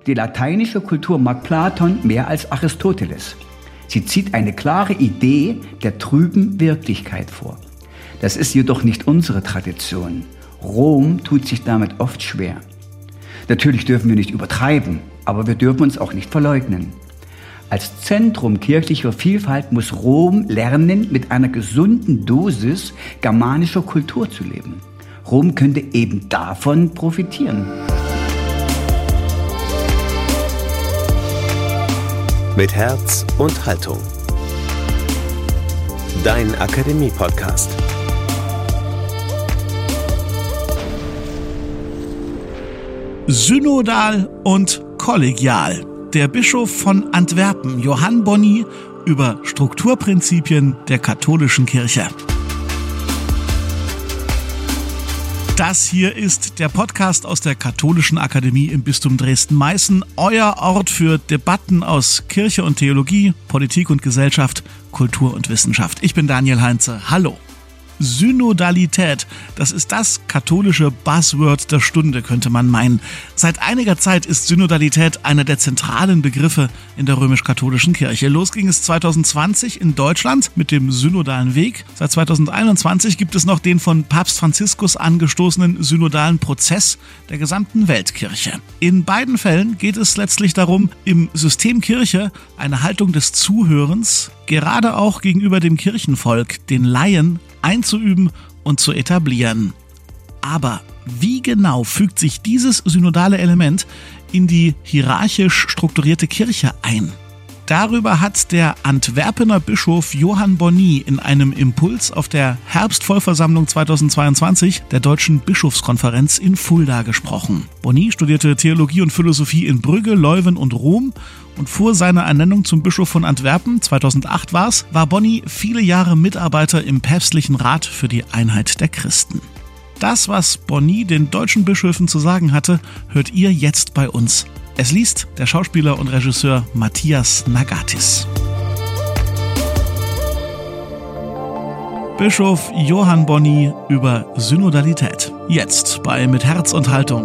Die lateinische Kultur mag Platon mehr als Aristoteles. Sie zieht eine klare Idee der trüben Wirklichkeit vor. Das ist jedoch nicht unsere Tradition. Rom tut sich damit oft schwer. Natürlich dürfen wir nicht übertreiben, aber wir dürfen uns auch nicht verleugnen. Als Zentrum kirchlicher Vielfalt muss Rom lernen, mit einer gesunden Dosis germanischer Kultur zu leben. Rom könnte eben davon profitieren. Mit Herz und Haltung. Dein Akademie-Podcast. Synodal und kollegial. Der Bischof von Antwerpen, Johann Bonny, über Strukturprinzipien der katholischen Kirche. Das hier ist der Podcast aus der Katholischen Akademie im Bistum Dresden-Meißen, euer Ort für Debatten aus Kirche und Theologie, Politik und Gesellschaft, Kultur und Wissenschaft. Ich bin Daniel Heinze. Hallo. Synodalität, das ist das katholische Buzzword der Stunde, könnte man meinen. Seit einiger Zeit ist Synodalität einer der zentralen Begriffe in der römisch-katholischen Kirche. Los ging es 2020 in Deutschland mit dem synodalen Weg. Seit 2021 gibt es noch den von Papst Franziskus angestoßenen synodalen Prozess der gesamten Weltkirche. In beiden Fällen geht es letztlich darum, im System Kirche eine Haltung des Zuhörens, gerade auch gegenüber dem Kirchenvolk, den Laien, einzuüben und zu etablieren. Aber wie genau fügt sich dieses synodale Element in die hierarchisch strukturierte Kirche ein? Darüber hat der Antwerpener Bischof Johann Bonny in einem Impuls auf der Herbstvollversammlung 2022 der Deutschen Bischofskonferenz in Fulda gesprochen. Bonny studierte Theologie und Philosophie in Brügge, Leuven und Rom und vor seiner Ernennung zum Bischof von Antwerpen, 2008 war Bonny viele Jahre Mitarbeiter im päpstlichen Rat für die Einheit der Christen. Das, was Bonny den deutschen Bischöfen zu sagen hatte, hört ihr jetzt bei uns. Es liest der Schauspieler und Regisseur Matthias Nagatis. Bischof Johann Bonny über Synodalität. Jetzt bei Mit Herz und Haltung.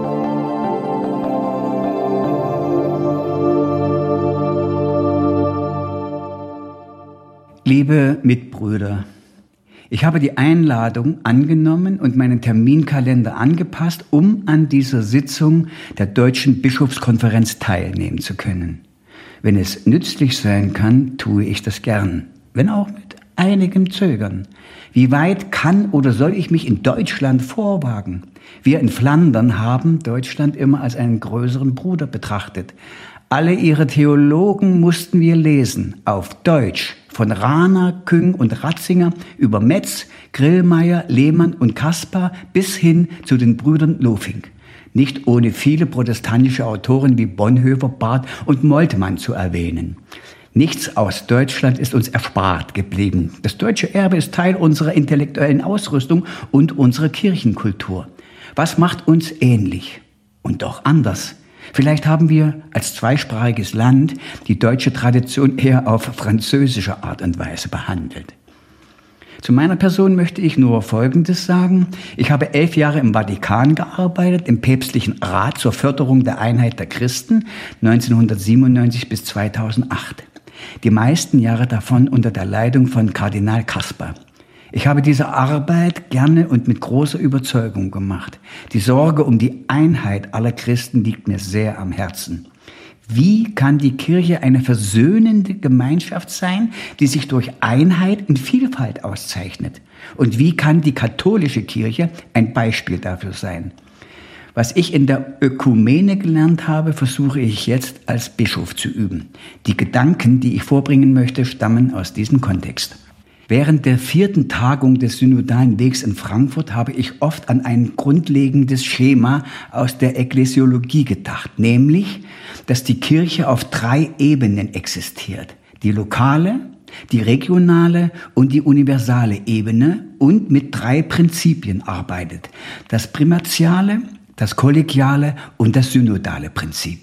Liebe Mitbrüder, ich habe die Einladung angenommen und meinen Terminkalender angepasst, um an dieser Sitzung der Deutschen Bischofskonferenz teilnehmen zu können. Wenn es nützlich sein kann, tue ich das gern, wenn auch mit einigem Zögern. Wie weit kann oder soll ich mich in Deutschland vorwagen? Wir in Flandern haben Deutschland immer als einen größeren Bruder betrachtet. Alle ihre Theologen mussten wir lesen, auf Deutsch, von Rahner, Küng und Ratzinger über Metz, Grillmeier, Lehmann und Kaspar bis hin zu den Brüdern Lofink. Nicht ohne viele protestantische Autoren wie Bonhoeffer, Barth und Moltmann zu erwähnen. Nichts aus Deutschland ist uns erspart geblieben. Das deutsche Erbe ist Teil unserer intellektuellen Ausrüstung und unserer Kirchenkultur. Was macht uns ähnlich und doch anders? Vielleicht haben wir als zweisprachiges Land die deutsche Tradition eher auf französische Art und Weise behandelt. Zu meiner Person möchte ich nur Folgendes sagen. Ich habe 11 Jahre im Vatikan gearbeitet, im päpstlichen Rat zur Förderung der Einheit der Christen, 1997 bis 2008. Die meisten Jahre davon unter der Leitung von Kardinal Kasper. Ich habe diese Arbeit gerne und mit großer Überzeugung gemacht. Die Sorge um die Einheit aller Christen liegt mir sehr am Herzen. Wie kann die Kirche eine versöhnende Gemeinschaft sein, die sich durch Einheit in Vielfalt auszeichnet? Und wie kann die katholische Kirche ein Beispiel dafür sein? Was ich in der Ökumene gelernt habe, versuche ich jetzt als Bischof zu üben. Die Gedanken, die ich vorbringen möchte, stammen aus diesem Kontext. Während der 4. Tagung des Synodalen Wegs in Frankfurt habe ich oft an ein grundlegendes Schema aus der Ekklesiologie gedacht, nämlich, dass die Kirche auf 3 Ebenen existiert. Die lokale, die regionale und die universale Ebene und mit 3 Prinzipien arbeitet. Das primatiale, das kollegiale und das synodale Prinzip.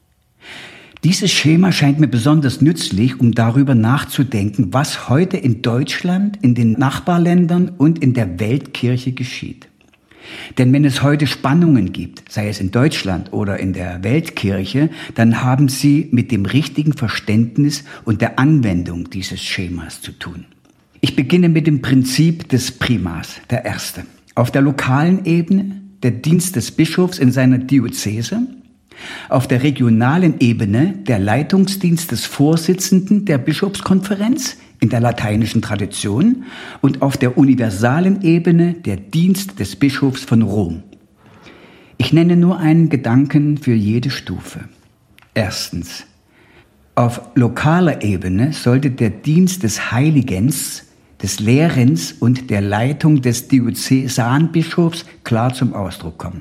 Dieses Schema scheint mir besonders nützlich, um darüber nachzudenken, was heute in Deutschland, in den Nachbarländern und in der Weltkirche geschieht. Denn wenn es heute Spannungen gibt, sei es in Deutschland oder in der Weltkirche, dann haben sie mit dem richtigen Verständnis und der Anwendung dieses Schemas zu tun. Ich beginne mit dem Prinzip des Primats, der erste. Auf der lokalen Ebene der Dienst des Bischofs in seiner Diözese, auf der regionalen Ebene der Leitungsdienst des Vorsitzenden der Bischofskonferenz in der lateinischen Tradition und auf der universalen Ebene der Dienst des Bischofs von Rom. Ich nenne nur einen Gedanken für jede Stufe. Erstens. Auf lokaler Ebene sollte der Dienst des Heiligens, des Lehrens und der Leitung des Diözesanbischofs klar zum Ausdruck kommen.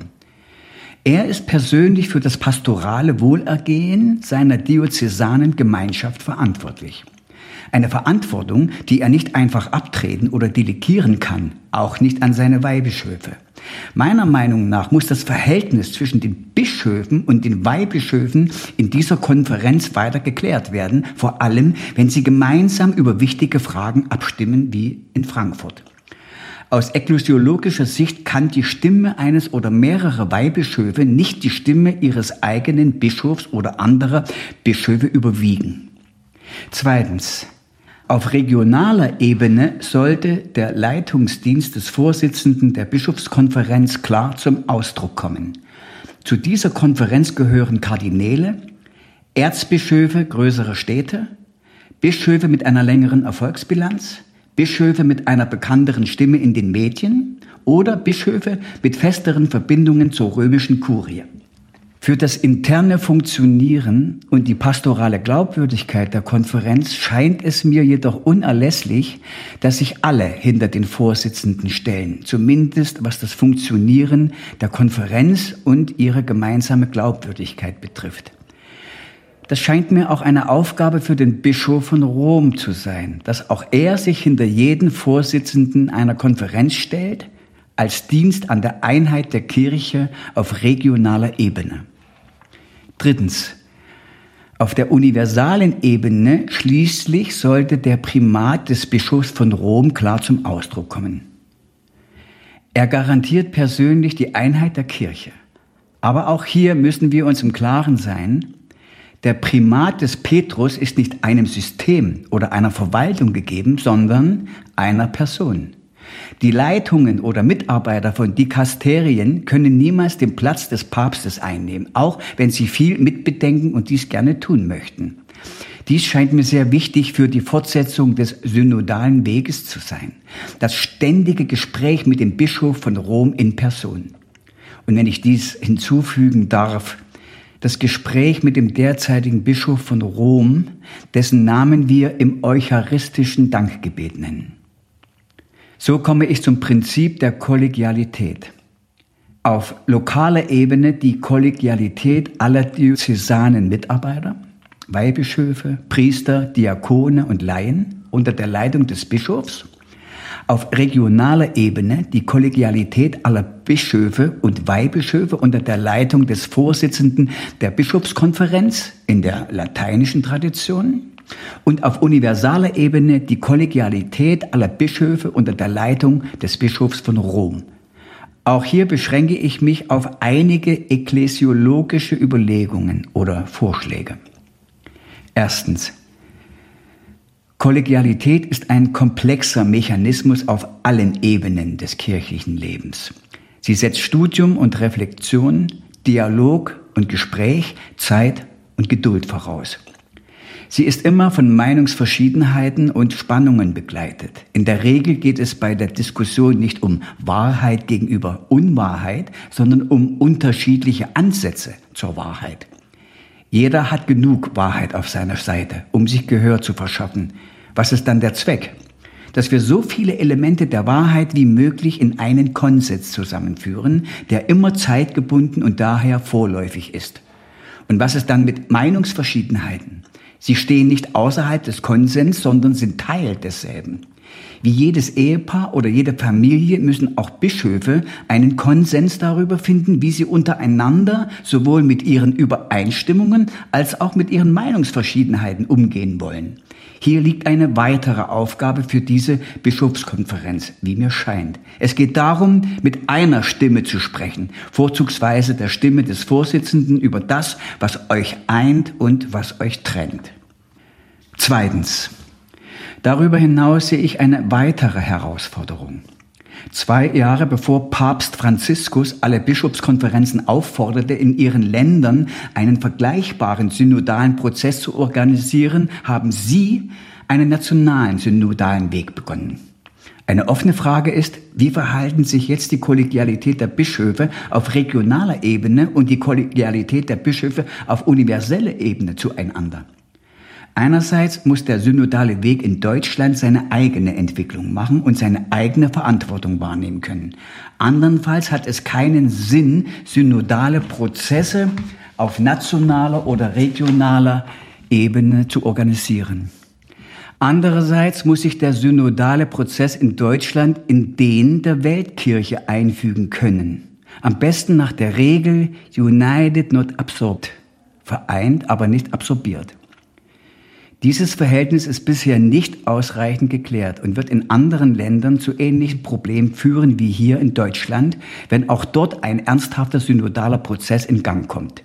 Er ist persönlich für das pastorale Wohlergehen seiner diözesanen Gemeinschaft verantwortlich. Eine Verantwortung, die er nicht einfach abtreten oder delegieren kann, auch nicht an seine Weihbischöfe. Meiner Meinung nach muss das Verhältnis zwischen den Bischöfen und den Weihbischöfen in dieser Konferenz weiter geklärt werden, vor allem, wenn sie gemeinsam über wichtige Fragen abstimmen, wie in Frankfurt. Aus ekklesiologischer Sicht kann die Stimme eines oder mehrerer Weihbischöfe nicht die Stimme ihres eigenen Bischofs oder anderer Bischöfe überwiegen. Zweitens. Auf regionaler Ebene sollte der Leitungsdienst des Vorsitzenden der Bischofskonferenz klar zum Ausdruck kommen. Zu dieser Konferenz gehören Kardinäle, Erzbischöfe größerer Städte, Bischöfe mit einer längeren Erfolgsbilanz, Bischöfe mit einer bekannteren Stimme in den Medien oder Bischöfe mit festeren Verbindungen zur römischen Kurie. Für das interne Funktionieren und die pastorale Glaubwürdigkeit der Konferenz scheint es mir jedoch unerlässlich, dass sich alle hinter den Vorsitzenden stellen, zumindest was das Funktionieren der Konferenz und ihre gemeinsame Glaubwürdigkeit betrifft. Das scheint mir auch eine Aufgabe für den Bischof von Rom zu sein, dass auch er sich hinter jeden Vorsitzenden einer Konferenz stellt, als Dienst an der Einheit der Kirche auf regionaler Ebene. Drittens. Auf der universalen Ebene schließlich sollte der Primat des Bischofs von Rom klar zum Ausdruck kommen. Er garantiert persönlich die Einheit der Kirche. Aber auch hier müssen wir uns im Klaren sein, der Primat des Petrus ist nicht einem System oder einer Verwaltung gegeben, sondern einer Person. Die Leitungen oder Mitarbeiter von Dikasterien können niemals den Platz des Papstes einnehmen, auch wenn sie viel mitbedenken und dies gerne tun möchten. Dies scheint mir sehr wichtig für die Fortsetzung des synodalen Weges zu sein. Das ständige Gespräch mit dem Bischof von Rom in Person. Und wenn ich dies hinzufügen darf, das Gespräch mit dem derzeitigen Bischof von Rom, dessen Namen wir im eucharistischen Dankgebet nennen. So komme ich zum Prinzip der Kollegialität. Auf lokaler Ebene die Kollegialität aller diözesanen Mitarbeiter, Weihbischöfe, Priester, Diakone und Laien unter der Leitung des Bischofs. Auf regionaler Ebene die Kollegialität aller Bischöfe und Weihbischöfe unter der Leitung des Vorsitzenden der Bischofskonferenz in der lateinischen Tradition. Und auf universaler Ebene die Kollegialität aller Bischöfe unter der Leitung des Bischofs von Rom. Auch hier beschränke ich mich auf einige ekklesiologische Überlegungen oder Vorschläge. Erstens. Kollegialität ist ein komplexer Mechanismus auf allen Ebenen des kirchlichen Lebens. Sie setzt Studium und Reflexion, Dialog und Gespräch, Zeit und Geduld voraus. Sie ist immer von Meinungsverschiedenheiten und Spannungen begleitet. In der Regel geht es bei der Diskussion nicht um Wahrheit gegenüber Unwahrheit, sondern um unterschiedliche Ansätze zur Wahrheit. Jeder hat genug Wahrheit auf seiner Seite, um sich Gehör zu verschaffen. Was ist dann der Zweck? Dass wir so viele Elemente der Wahrheit wie möglich in einen Konsens zusammenführen, der immer zeitgebunden und daher vorläufig ist. Und was ist dann mit Meinungsverschiedenheiten? Sie stehen nicht außerhalb des Konsens, sondern sind Teil desselben. Wie jedes Ehepaar oder jede Familie müssen auch Bischöfe einen Konsens darüber finden, wie sie untereinander sowohl mit ihren Übereinstimmungen als auch mit ihren Meinungsverschiedenheiten umgehen wollen. Hier liegt eine weitere Aufgabe für diese Bischofskonferenz, wie mir scheint. Es geht darum, mit einer Stimme zu sprechen, vorzugsweise der Stimme des Vorsitzenden über das, was euch eint und was euch trennt. Zweitens. Darüber hinaus sehe ich eine weitere Herausforderung. 2 Jahre bevor Papst Franziskus alle Bischofskonferenzen aufforderte, in ihren Ländern einen vergleichbaren synodalen Prozess zu organisieren, haben sie einen nationalen synodalen Weg begonnen. Eine offene Frage ist, wie verhalten sich jetzt die Kollegialität der Bischöfe auf regionaler Ebene und die Kollegialität der Bischöfe auf universeller Ebene zueinander? Einerseits muss der synodale Weg in Deutschland seine eigene Entwicklung machen und seine eigene Verantwortung wahrnehmen können. Andernfalls hat es keinen Sinn, synodale Prozesse auf nationaler oder regionaler Ebene zu organisieren. Andererseits muss sich der synodale Prozess in Deutschland in den der Weltkirche einfügen können. Am besten nach der Regel United not absorbed, vereint, aber nicht absorbiert. Dieses Verhältnis ist bisher nicht ausreichend geklärt und wird in anderen Ländern zu ähnlichen Problemen führen wie hier in Deutschland, wenn auch dort ein ernsthafter synodaler Prozess in Gang kommt.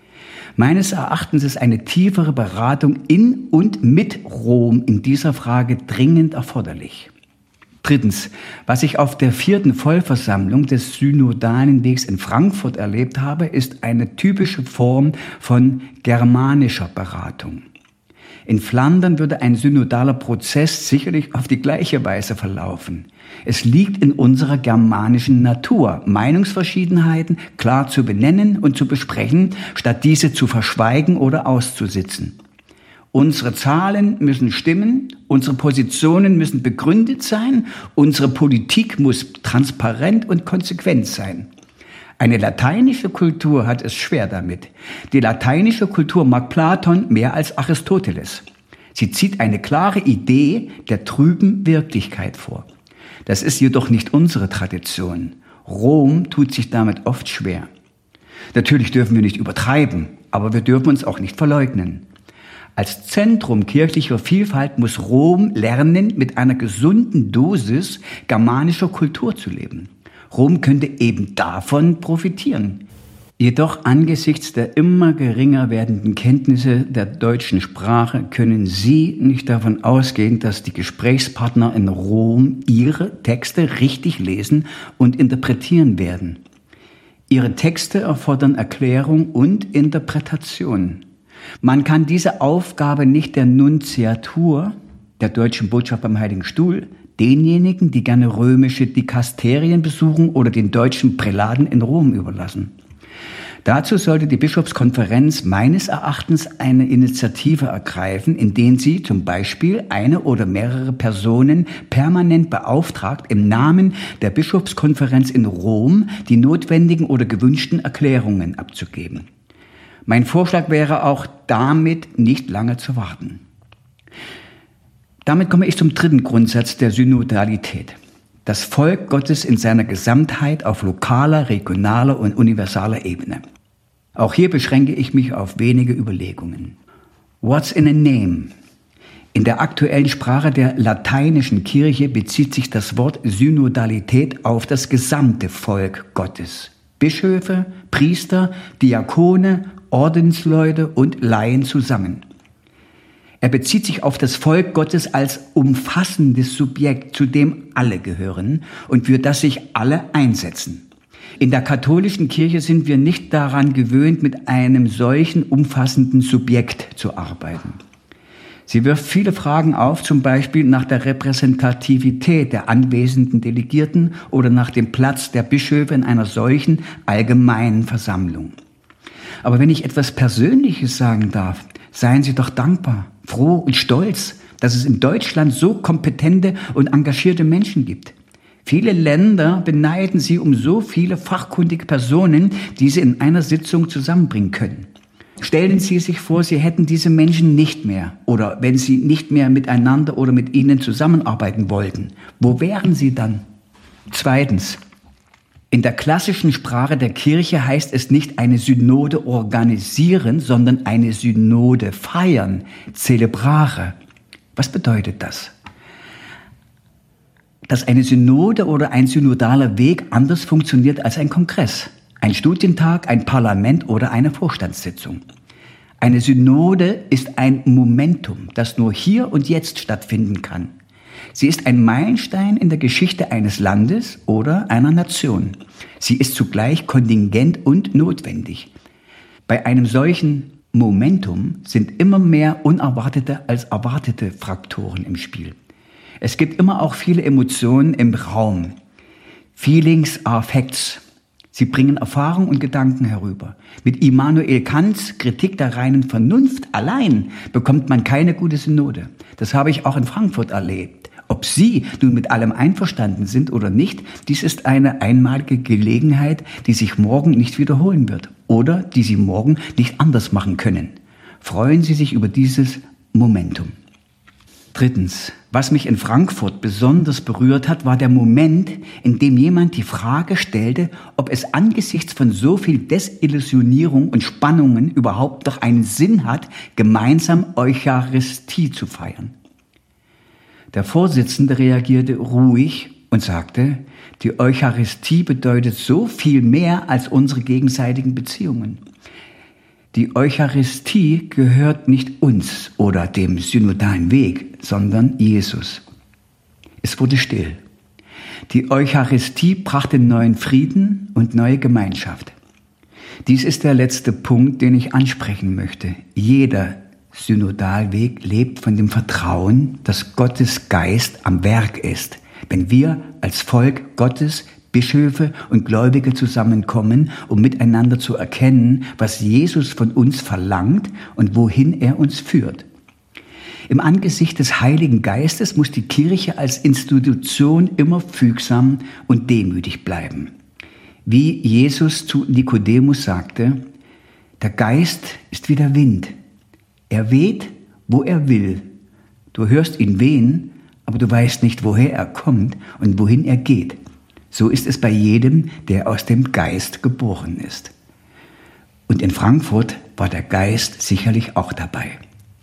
Meines Erachtens ist eine tiefere Beratung in und mit Rom in dieser Frage dringend erforderlich. Drittens, was ich auf der 4. Vollversammlung des Synodalen Wegs in Frankfurt erlebt habe, ist eine typische Form von germanischer Beratung. In Flandern würde ein synodaler Prozess sicherlich auf die gleiche Weise verlaufen. Es liegt in unserer germanischen Natur, Meinungsverschiedenheiten klar zu benennen und zu besprechen, statt diese zu verschweigen oder auszusitzen. Unsere Zahlen müssen stimmen, unsere Positionen müssen begründet sein, unsere Politik muss transparent und konsequent sein. Eine lateinische Kultur hat es schwer damit. Die lateinische Kultur mag Platon mehr als Aristoteles. Sie zieht eine klare Idee der trüben Wirklichkeit vor. Das ist jedoch nicht unsere Tradition. Rom tut sich damit oft schwer. Natürlich dürfen wir nicht übertreiben, aber wir dürfen uns auch nicht verleugnen. Als Zentrum kirchlicher Vielfalt muss Rom lernen, mit einer gesunden Dosis germanischer Kultur zu leben. Rom könnte eben davon profitieren. Jedoch angesichts der immer geringer werdenden Kenntnisse der deutschen Sprache können Sie nicht davon ausgehen, dass die Gesprächspartner in Rom Ihre Texte richtig lesen und interpretieren werden. Ihre Texte erfordern Erklärung und Interpretation. Man kann diese Aufgabe nicht der Nunziatur, der Deutschen Botschaft beim Heiligen Stuhl, denjenigen, die gerne römische Dikasterien besuchen oder den deutschen Prälaten in Rom überlassen. Dazu sollte die Bischofskonferenz meines Erachtens eine Initiative ergreifen, indem sie zum Beispiel eine oder mehrere Personen permanent beauftragt, im Namen der Bischofskonferenz in Rom die notwendigen oder gewünschten Erklärungen abzugeben. Mein Vorschlag wäre auch, damit nicht lange zu warten. Damit komme ich zum 3. Grundsatz der Synodalität. Das Volk Gottes in seiner Gesamtheit auf lokaler, regionaler und universaler Ebene. Auch hier beschränke ich mich auf wenige Überlegungen. What's in a name? In der aktuellen Sprache der lateinischen Kirche bezieht sich das Wort Synodalität auf das gesamte Volk Gottes. Bischöfe, Priester, Diakone, Ordensleute und Laien zusammen. Er bezieht sich auf das Volk Gottes als umfassendes Subjekt, zu dem alle gehören und für das sich alle einsetzen. In der katholischen Kirche sind wir nicht daran gewöhnt, mit einem solchen umfassenden Subjekt zu arbeiten. Sie wirft viele Fragen auf, zum Beispiel nach der Repräsentativität der anwesenden Delegierten oder nach dem Platz der Bischöfe in einer solchen allgemeinen Versammlung. Aber wenn ich etwas Persönliches sagen darf, seien Sie doch dankbar, froh und stolz, dass es in Deutschland so kompetente und engagierte Menschen gibt. Viele Länder beneiden Sie um so viele fachkundige Personen, die Sie in einer Sitzung zusammenbringen können. Stellen Sie sich vor, Sie hätten diese Menschen nicht mehr oder wenn Sie nicht mehr miteinander oder mit ihnen zusammenarbeiten wollten. Wo wären Sie dann? Zweitens, in der klassischen Sprache der Kirche heißt es nicht eine Synode organisieren, sondern eine Synode feiern, celebrare. Was bedeutet das? Dass eine Synode oder ein synodaler Weg anders funktioniert als ein Kongress, ein Studientag, ein Parlament oder eine Vorstandssitzung. Eine Synode ist ein Momentum, das nur hier und jetzt stattfinden kann. Sie ist ein Meilenstein in der Geschichte eines Landes oder einer Nation. Sie ist zugleich kontingent und notwendig. Bei einem solchen Momentum sind immer mehr unerwartete als erwartete Faktoren im Spiel. Es gibt immer auch viele Emotionen im Raum. Feelings are facts. Sie bringen Erfahrung und Gedanken herüber. Mit Immanuel Kants Kritik der reinen Vernunft allein bekommt man keine gute Synode. Das habe ich auch in Frankfurt erlebt. Ob Sie nun mit allem einverstanden sind oder nicht, dies ist eine einmalige Gelegenheit, die sich morgen nicht wiederholen wird oder die Sie morgen nicht anders machen können. Freuen Sie sich über dieses Momentum. Drittens, was mich in Frankfurt besonders berührt hat, war der Moment, in dem jemand die Frage stellte, ob es angesichts von so viel Desillusionierung und Spannungen überhaupt noch einen Sinn hat, gemeinsam Eucharistie zu feiern. Der Vorsitzende reagierte ruhig und sagte, die Eucharistie bedeutet so viel mehr als unsere gegenseitigen Beziehungen. Die Eucharistie gehört nicht uns oder dem synodalen Weg, sondern Jesus. Es wurde still. Die Eucharistie brachte neuen Frieden und neue Gemeinschaft. Dies ist der letzte Punkt, den ich ansprechen möchte. Jeder Synodalweg lebt von dem Vertrauen, dass Gottes Geist am Werk ist, wenn wir als Volk Gottes, Bischöfe und Gläubige zusammenkommen, um miteinander zu erkennen, was Jesus von uns verlangt und wohin er uns führt. Im Angesicht des Heiligen Geistes muss die Kirche als Institution immer fügsam und demütig bleiben. Wie Jesus zu Nikodemus sagte, der Geist ist wie der Wind. Er weht, wo er will. Du hörst ihn wehen, aber du weißt nicht, woher er kommt und wohin er geht. So ist es bei jedem, der aus dem Geist geboren ist. Und in Frankfurt war der Geist sicherlich auch dabei.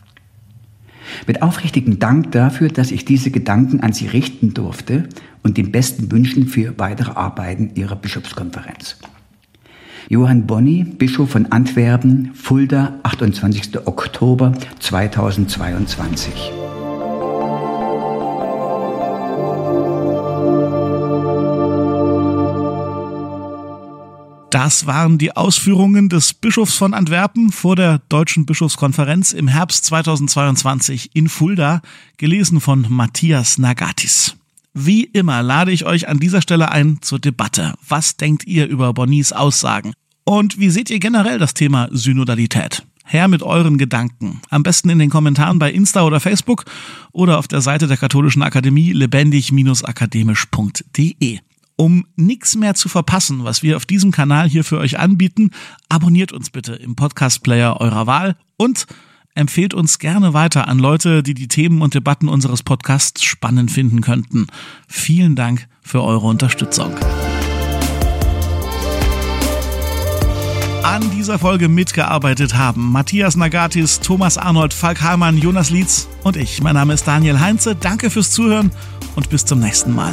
Mit aufrichtigem Dank dafür, dass ich diese Gedanken an Sie richten durfte und den besten Wünschen für weitere Arbeiten Ihrer Bischofskonferenz. Johann Bonni, Bischof von Antwerpen, Fulda, 28. Oktober 2022. Das waren die Ausführungen des Bischofs von Antwerpen vor der Deutschen Bischofskonferenz im Herbst 2022 in Fulda, gelesen von Matthias Nagatis. Wie immer lade ich euch an dieser Stelle ein zur Debatte. Was denkt ihr über Bonnis Aussagen? Und wie seht ihr generell das Thema Synodalität? Her mit euren Gedanken. Am besten in den Kommentaren bei Insta oder Facebook oder auf der Seite der Katholischen Akademie lebendig-akademisch.de. Um nichts mehr zu verpassen, was wir auf diesem Kanal hier für euch anbieten, abonniert uns bitte im Podcast-Player eurer Wahl und empfehlt uns gerne weiter an Leute, die die Themen und Debatten unseres Podcasts spannend finden könnten. Vielen Dank für eure Unterstützung. An dieser Folge mitgearbeitet haben Matthias Nagatis, Thomas Arnold, Falk Hamann, Jonas Lietz und ich. Mein Name ist Daniel Heinze. Danke fürs Zuhören und bis zum nächsten Mal.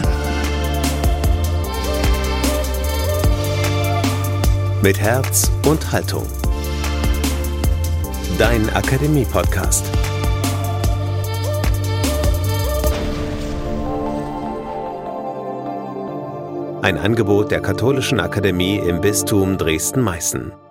Mit Herz und Haltung. Dein Akademie-Podcast. Ein Angebot der Katholischen Akademie im Bistum Dresden-Meißen.